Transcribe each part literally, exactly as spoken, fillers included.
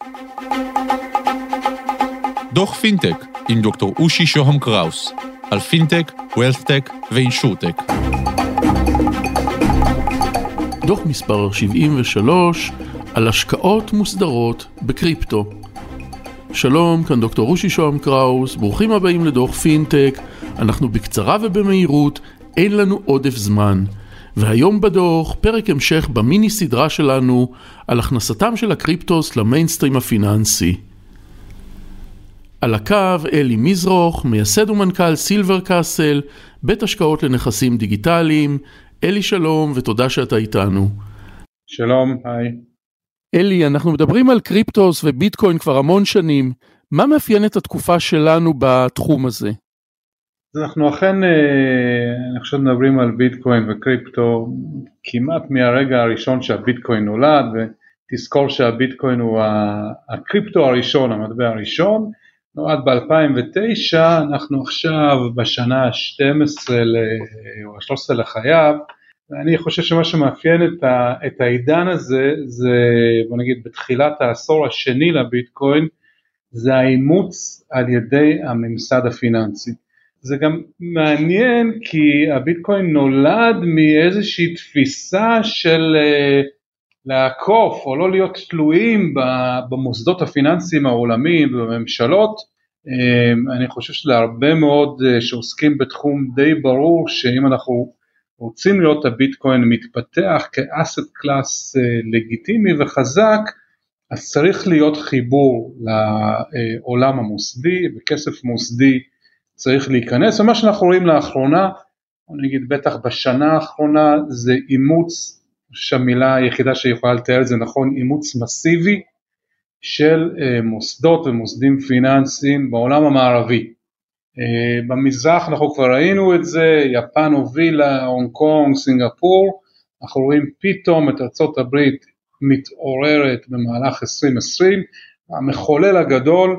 דוח פינטק עם דוקטור אושי שוהם קראוס על פינטק, ווילת'טק ואינשורטק. דוח מספר שבעים ושלוש על השקעות מוסדרות בקריפטו. שלום, כאן דוקטור אושי שוהם קראוס, ברוכים הבאים לדוח פינטק. אנחנו בקצרה ובמהירות, אין לנו עודף זמן. והיום בדוח פרק המשך במיני סדרה שלנו על הכנסתם של הקריפטוס למיינסטרים הפיננסי. על הקו אלי מזרוך, מייסד ומנכ"ל סילבר קאסל, בית השקעות לנכסים דיגיטליים. אלי, שלום ותודה שאתה איתנו. שלום, היי. אלי, אנחנו מדברים על קריפטוס וביטקוין כבר המון שנים. מה מאפיין את התקופה שלנו בתחום הזה? אנחנו אכן, אני חושב מדברים על ביטקוין וקריפטו כמעט מהרגע הראשון שהביטקוין נולד, ותזכור שהביטקוין הוא הקריפטו הראשון, המטבע הראשון, נולד ב-אלפיים ותשע, אנחנו עכשיו בשנה ה-שתים עשרה או ה-שלוש עשרה לחייו, ואני חושב שמה שמאפיין את, ה, את העידן הזה, זה בוא נגיד בתחילת העשור השני לביטקוין, זה האימוץ על ידי הממסד הפיננסי. זה גם מעניין כי הביטקוין נולד מאיזושהי תפיסה של לעקוף או לא להיות תלויים במוסדות הפיננסיים העולמיים ובממשלות. אני חושב שלהרבה מאוד שעוסקים בתחום די ברור שאם אנחנו רוצים להיות הביטקוין מתפתח כאסט קלאס לגיטימי וחזק, אז צריך להיות חיבור לעולם המוסדי, וכסף מוסדי צריך להיכנס. ומה שאנחנו רואים לאחרונה, אני אגיד בטח בשנה האחרונה, זה אימוץ, שהמילה היחידה שיכולה לתאר את זה נכון, אימוץ מסיבי של מוסדות ומוסדים פיננסיים בעולם המערבי. במזרח אנחנו כבר ראינו את זה, יפן הובילה, הונג קונג, סינגפור, אנחנו רואים פתאום את ארצות הברית מתעוררת במהלך עשרים עשרים, המחולל הגדול,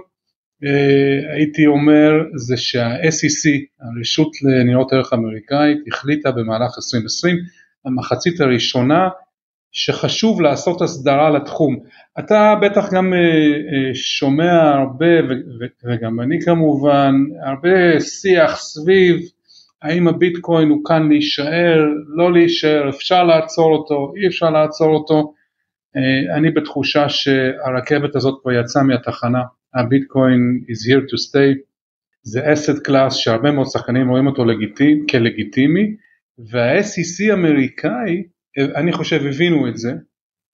הייתי אומר, זה שה-אס אי סי, הרשות לניירות ערך אמריקאית, החליטה במהלך עשרים עשרים, המחצית הראשונה, שחשוב לעשות הסדרה לתחום. אתה בטח גם שומע הרבה, וגם אני כמובן, הרבה שיח סביב, האם הביטקוין הוא כאן להישאר, לא להישאר, אפשר לעצור אותו, אי אפשר לעצור אותו. אני בתחושה שהרכבת הזאת כבר יצאה מהתחנה, הביטקוין is here to stay, זה asset class שהרבה מאוד שחקנים רואים אותו לגיטימי, כלגיטימי, וה-אס אי סי האמריקאי, אני חושב הבינו את זה,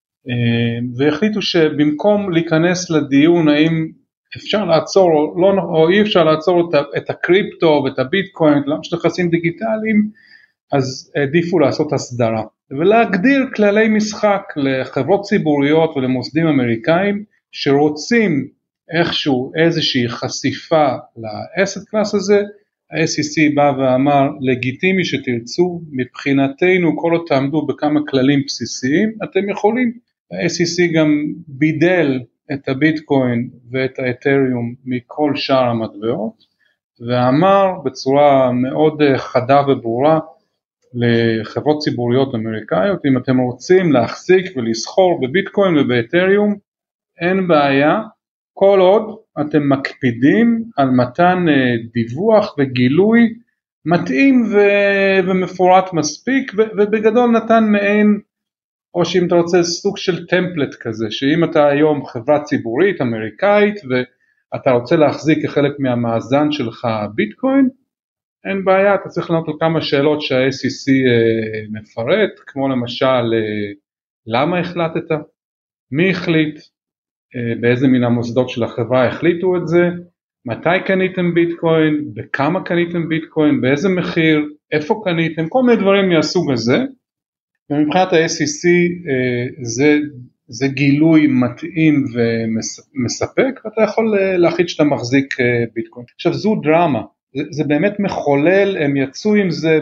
והחליטו שבמקום להיכנס לדיון האם אפשר לעצור או, לא, או אי אפשר לעצור את, את הקריפטו ואת הביטקוין, למה שנכסים דיגיטליים, אז העדיפו לעשות הסדרה, ולהגדיר כללי משחק לחברות ציבוריות ולמוסדים אמריקאים, שרוצים איכשהו איזושהי חשיפה לאסט קלאס הזה, ה-אס אי סי בא ואמר, לגיטימי שתרצו, מבחינתנו כל עוד תעמדו בכמה כללים בסיסיים, אתם יכולים. ה-אס אי סי גם בידל את הביטקוין ואת האתריום מכל שאר המטבעות, ואמר בצורה מאוד חדה וברורה, לחברות ציבוריות אמריקאיות, אם אתם רוצים להחזיק ולסחור בביטקוין ובאתריום, אין בעיה, כל עוד אתם מקפידים על מתן דיווח וגילוי מתאים ו- ומפורט מספיק, ו- ובגדול נתן מעין, או שאם אתה רוצה סוג של טמפלט כזה, שאם אתה היום חברה ציבורית אמריקאית, ואתה רוצה להחזיק כחלק מהמאזן שלך ביטקוין, אין בעיה, אתה צריך לענות על כמה שאלות שה-אס אי סי מפרט, כמו למשל, למה החלטת? מי החליט? באיזה מן המוסדות של החברה החליטו את זה? מתי קניתם ביטקוין? בכמה קניתם ביטקוין? באיזה מחיר? איפה קניתם? כל מיני דברים מהסוג הזה. ומבחינת ה-אס אי סי זה, זה גילוי מתאים ומספק, ואתה יכול להחליט שאתה מחזיק ביטקוין. עכשיו זו דרמה. זה, זה באמת מחולל, הם יצאו עם זה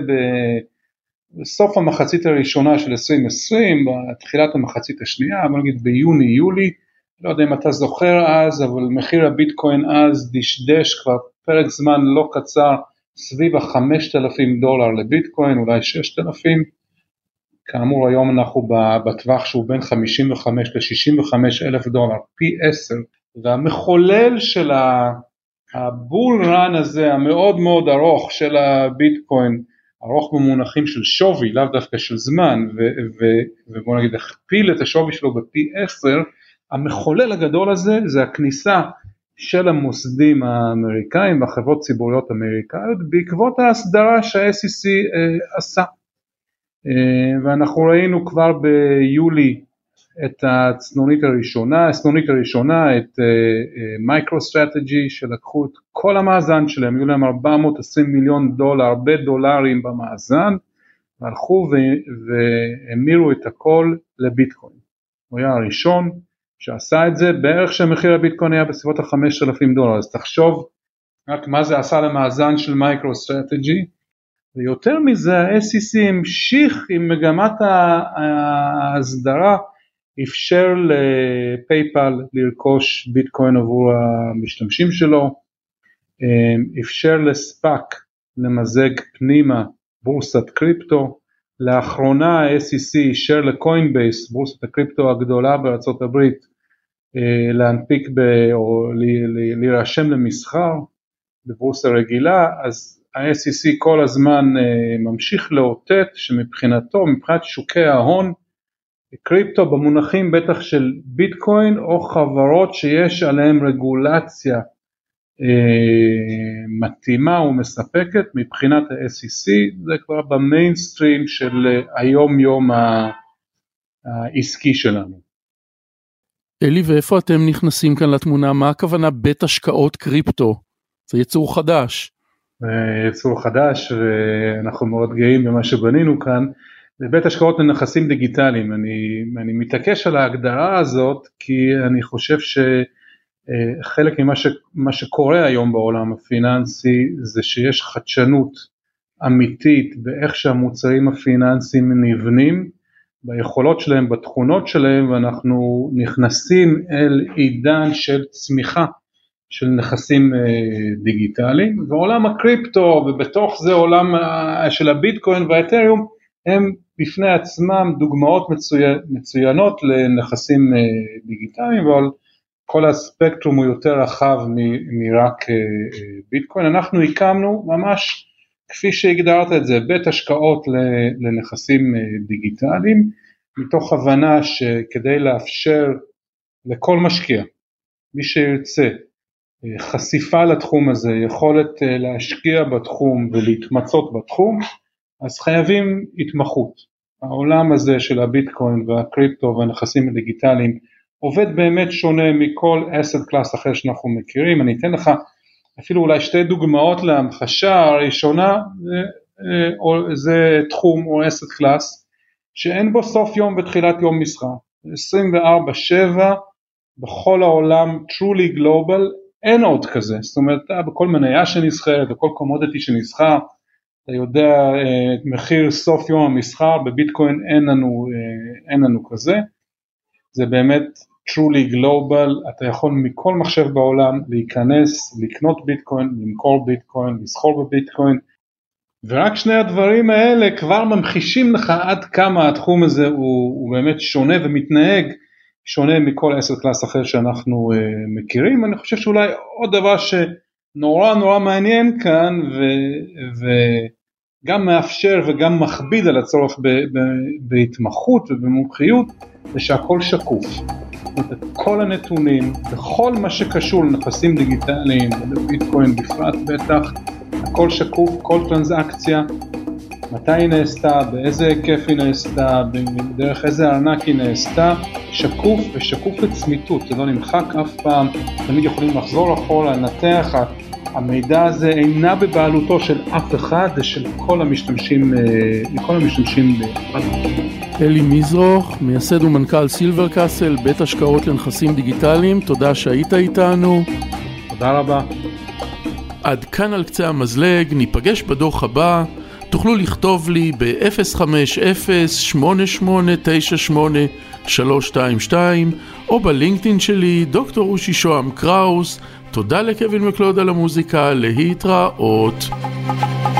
בסוף המחצית הראשונה של עשרים עשרים, בתחילת המחצית השנייה, אבל נגיד ביוני-יולי, לא יודע אם אתה זוכר אז, אבל מחיר הביטקוין אז דשדש כבר פרק זמן לא קצר, סביב ה-חמשת אלפים דולר לביטקוין, אולי ששת אלפים, כאמור היום אנחנו בטווח שהוא בין חמישים וחמש ל-שישים וחמש אלף דולר, פי עשר, והמחולל של הבול רן הזה המאוד מאוד ארוך של הביטקוין, ארוך במונחים של שווי, לאו דווקא של זמן, ובוא נגיד הכפיל את השווי שלו בפי עשר, המחולל הגדול הזה זה הכניסה של המוסדים האמריקאים והחברות ציבוריות אמריקאיות בעקבות ההסדרה שה-אס אי סי אה, עשה. אה, ואנחנו ראינו כבר ביולי את הצנונית הראשונה, הסנונית הראשונה, את מייקרו-סטרטג'י, שלקחו את כל המאזן שלהם, היו להם ארבע מאות ועשרים מיליון דולר, הרבה דולרים במאזן, והלכו והמירו את הכל לביטקוין. הוא היה הראשון שעשה את זה, בערך שמחיר הביטקוין היה בסביבות ה-חמשת אלפים דולר, אז תחשוב רק מה זה עשה למאזן של מייקרו-סטרטג'י, ויותר מזה ה-אס אי סי המשיך עם מגמת ההסדרה, אפשר לפייפל לרכוש ביטקוין עבור המשתמשים שלו, אפשר לספאק למזג פנימה בורסת קריפטו, לאחרונה ה-אס אי סי אפשר לקוינבייס, בורסת הקריפטו הגדולה בארצות הברית, להנפיק ב, או להירשם למסחר בבורסה רגילה, אז ה-אס אי סי כל הזמן ממשיך לאותת שמבחינתו, מבחינת שוקי ההון, קריפטו במונחים בטח של ביטקוין או חברות שיש עליהם רגולציה אה, מתאימה ומספקת מבחינת ה-אס אי סי, זה כבר במיינסטרים של היום יום העסקי שלנו. אלי, ואיפה אתם נכנסים כאן לתמונה? מה הכוונה בית השקעות קריפטו? זה יצור חדש. יצור חדש, ואנחנו מאוד גאים במה שבנינו כאן. זה בית השקעות לנכסים דיגיטליים. אני, אני מתעקש על ההגדרה הזאת, כי אני חושב שחלק ממה ש, מה שקורה היום בעולם הפיננסי, זה שיש חדשנות אמיתית באיך שהמוצרים הפיננסיים נבנים, ביכולות שלהם, בתכונות שלהם, ואנחנו נכנסים אל עידן של צמיחה של נכסים דיגיטליים, ועולם הקריפטו, ובתוך זה עולם של הביטקוין והאתריום, הם בפני עצמם דוגמאות מצוינות לנכסים דיגיטליים, אבל כל הספקטרום הוא יותר רחב מרק ביטקוין. אנחנו הקמנו ממש כפי שהגדרת את זה, בית השקעות לנכסים דיגיטליים, מתוך הבנה שכדי לאפשר לכל משקיע, מי שירצה, חשיפה לתחום הזה, יכולת להשקיע בתחום ולהתמצות בתחום, אז חייבים התמחות. העולם הזה של הביטקוין והקריפטו והנכסים הדיגיטליים, עובד באמת שונה מכל asset class אחר שאנחנו מכירים. אני אתן לך אפילו אולי שתי דוגמאות להמחשה. הראשונה זה, זה תחום או asset class שאין בו סוף יום ותחילת יום מסחר, עשרים וארבע שבע בכל העולם, truly global, אין עוד כזה. זאת אומרת, בכל מניה שנסחרת, בכל קומודיטי שנסחר, אתה יודע את מחיר סוף יום המסחר, בביטקוין אין לנו, אין לנו כזה. זה באמת truly global, אתה יכול מכל מחשב בעולם להיכנס, לקנות ביטקוין, למכור ביטקוין, לסחור בביטקוין, ורק שני הדברים האלה כבר ממחישים לך עד כמה התחום הזה הוא, הוא באמת שונה ומתנהג, שונה מכל asset class אחר שאנחנו uh, מכירים. אני חושב שאולי עוד דבר שנורא נורא מעניין כאן, ו, וגם מאפשר וגם מכביד על הצורך ב, ב, בהתמחות ובמומחיות, זה שהכל שקוף. את כל הנתונים, בכל מה שקשור לנכסים דיגיטליים, לביטקוין בפרט בטח, הכל שקוף, כל טרנזקציה, מתי היא נעשתה, באיזה היקף היא נעשתה, דרך איזה ארנק היא נעשתה, שקוף ושקוף לצמיתות, זה לא נמחק אף פעם, תמיד יכולים לחזור אחורה, לנתח, המידע הזה אינה בבעלותו של אף אחד, זה של כל המשתמשים, לכל המשתמשים באחד. אלי מזרוך, מייסד ומנכ"ל סילבר קאסל, בית השקעות לנכסים דיגיטליים, תודה שהיית איתנו. תודה רבה. עד כאן על קצה המזלג, ניפגש בדוח הבא, תוכלו לכתוב לי ב-אפס חמש אפס שמונה שמונה תשע שמונה שלוש שתיים שתיים או בלינקדאין שלי דוקטור אושי שוהם קראוס. תודה לקווין מקלוד על המוזיקה, להתראות.